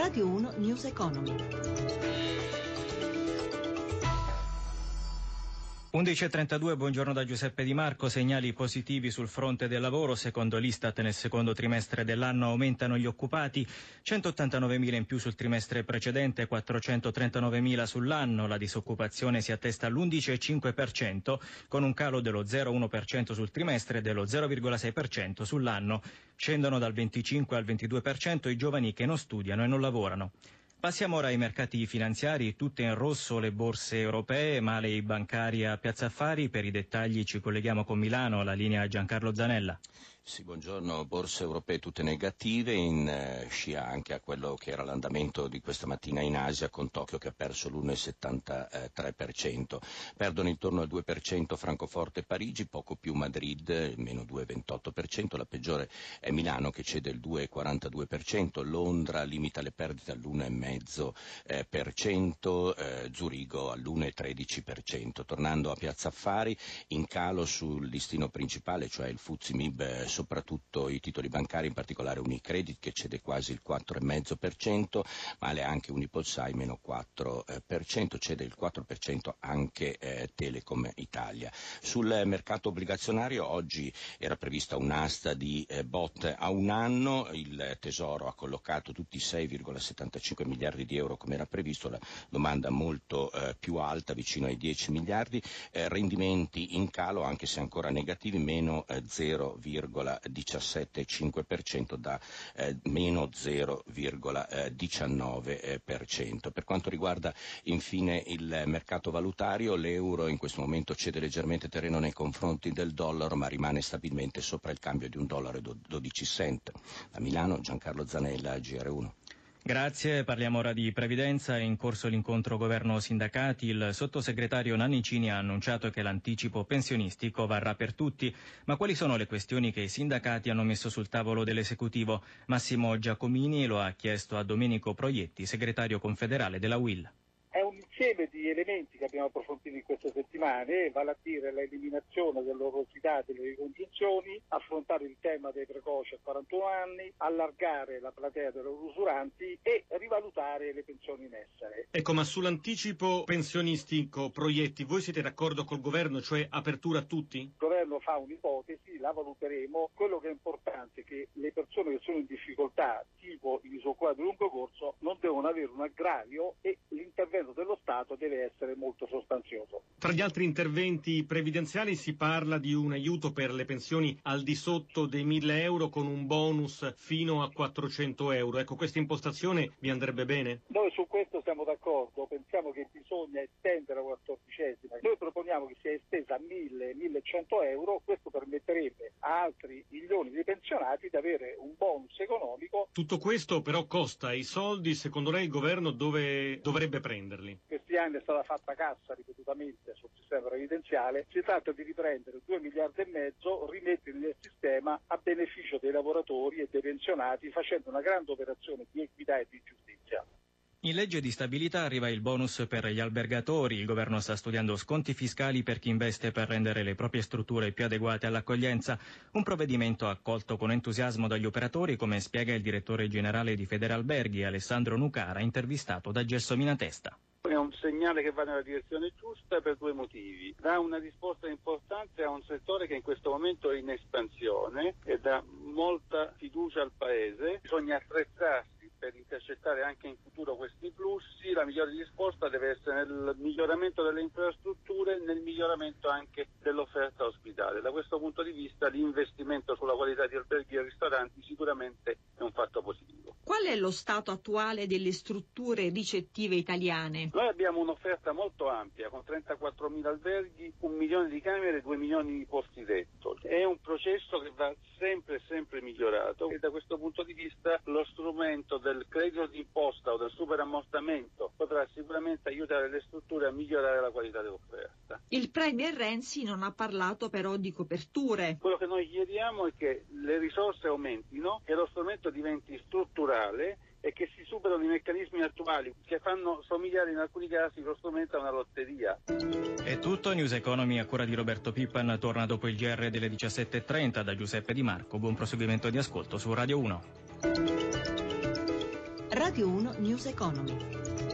Radio 1 News Economy. 11.32, buongiorno da Giuseppe Di Marco. Segnali positivi sul fronte del lavoro. Secondo l'Istat nel secondo trimestre dell'anno aumentano gli occupati, 189.000 in più sul trimestre precedente, 439.000 sull'anno. La disoccupazione si attesta all'11,5% con un calo dello 0,1% sul trimestre e dello 0,6% sull'anno. Scendono dal 25 al 22% i giovani che non studiano e non lavorano. Passiamo ora ai mercati finanziari, tutte in rosso le borse europee, male i bancari a Piazza Affari. Per i dettagli ci colleghiamo con Milano, la linea Giancarlo Zanella. Sì, buongiorno. Borse europee tutte negative, in scia anche a quello che era l'andamento di questa mattina in Asia, con Tokyo che ha perso l'1,73%. Perdono intorno al 2% Francoforte e Parigi, poco più Madrid, meno 2,28%. La peggiore è Milano che cede il 2,42%, Londra limita le perdite all'1,5%, Zurigo all'1,13%. Tornando a Piazza Affari, in calo sul listino principale, cioè il FTSE MIB, soprattutto i titoli bancari, in particolare Unicredit che cede quasi il 4,5%, male anche Unipolsai meno 4%, cede il 4% anche Telecom Italia. Sul mercato obbligazionario oggi era prevista un'asta di BOT a un anno, il Tesoro ha collocato tutti i 6,75 miliardi di euro come era previsto, la domanda molto più alta, vicino ai 10 miliardi, rendimenti in calo anche se ancora negativi, meno 0,17,5% da meno 0,19%. Per quanto riguarda infine il mercato valutario, l'euro in questo momento cede leggermente terreno nei confronti del dollaro, ma rimane stabilmente sopra il cambio di $1,12. A Milano Giancarlo Zanella, GR1. Grazie, parliamo ora di previdenza. È in corso l'incontro governo-sindacati. Il sottosegretario Nannicini ha annunciato che l'anticipo pensionistico varrà per tutti. Ma quali sono le questioni che i sindacati hanno messo sul tavolo dell'esecutivo? Massimo Giacomini lo ha chiesto a Domenico Proietti, segretario confederale della UIL. È un insieme di elementi che abbiamo approfondito in queste settimane, vale a dire l'eliminazione dell'orosità delle ricongiunzioni, affrontare il tema dei precoci a 41 anni, allargare la platea dei usuranti e rivalutare le pensioni in essere. Ecco, ma sull'anticipo pensionistico, Proietti, voi siete d'accordo col governo, cioè apertura a tutti? Il governo fa un'ipotesi, la valuteremo. Quello che è importante è che le persone che sono in difficoltà, tipo i disoccupati di lungo corso, non devono avere un aggravio e l'intervento dello Stato deve essere molto sostanzioso. Tra gli altri interventi previdenziali si parla di un aiuto per le pensioni al di sotto dei 1.000 euro con un bonus fino a 400 euro. Ecco, questa impostazione vi andrebbe bene? Noi su questo siamo d'accordo, pensiamo che bisogna estendere la 14ª. Noi proponiamo che sia estesa a 1.100 euro, questo permetterebbe a altri milioni di pensionati di avere un bonus economico. Tutto questo però costa, i soldi secondo lei il governo dove dovrebbe prenderli? Questi anni è stata fatta cassa ripetutamente sul sistema previdenziale, si tratta di riprendere 2,5 miliardi, rimetterli nel sistema a beneficio dei lavoratori e dei pensionati, facendo una grande operazione di equità e di giustizia. In legge di stabilità arriva il bonus per gli albergatori. Il governo sta studiando sconti fiscali per chi investe per rendere le proprie strutture più adeguate all'accoglienza. Un provvedimento accolto con entusiasmo dagli operatori, come spiega il direttore generale di Federalberghi, Alessandro Nucara, intervistato da Gelsomina Testa. È un segnale che va nella direzione giusta per due motivi. Dà una risposta importante a un settore che in questo momento è in espansione e dà molta fiducia al Paese. Bisogna attrezzarsi per intercettare anche in futuro questi flussi. La migliore risposta deve essere nel miglioramento delle infrastrutture, nel miglioramento anche dell'offerta ospitale. Da questo punto di vista l'investimento sulla qualità di alberghi e ristoranti sicuramente è un fatto positivo. Qual è lo stato attuale delle strutture ricettive italiane? Noi abbiamo un'offerta molto ampia, con 34.000 alberghi, 1 milione di camere, 2 milioni di posti letto. È un processo che va sempre migliorato e da questo punto di vista lo strumento del credito d'imposta o del superammortamento potrà sicuramente aiutare le strutture a migliorare la qualità dell'offerta. Il Premier Renzi non ha parlato però di coperture. Quello che noi chiediamo è che le risorse aumentino, che lo strumento diventi strutturale e che si superano i meccanismi attuali che fanno somigliare in alcuni casi lo strumento a una lotteria. È tutto. News Economy a cura di Roberto Pippan torna dopo il GR delle 17.30 da Giuseppe Di Marco. Buon proseguimento di ascolto su Radio 1. Radio 1 News Economy.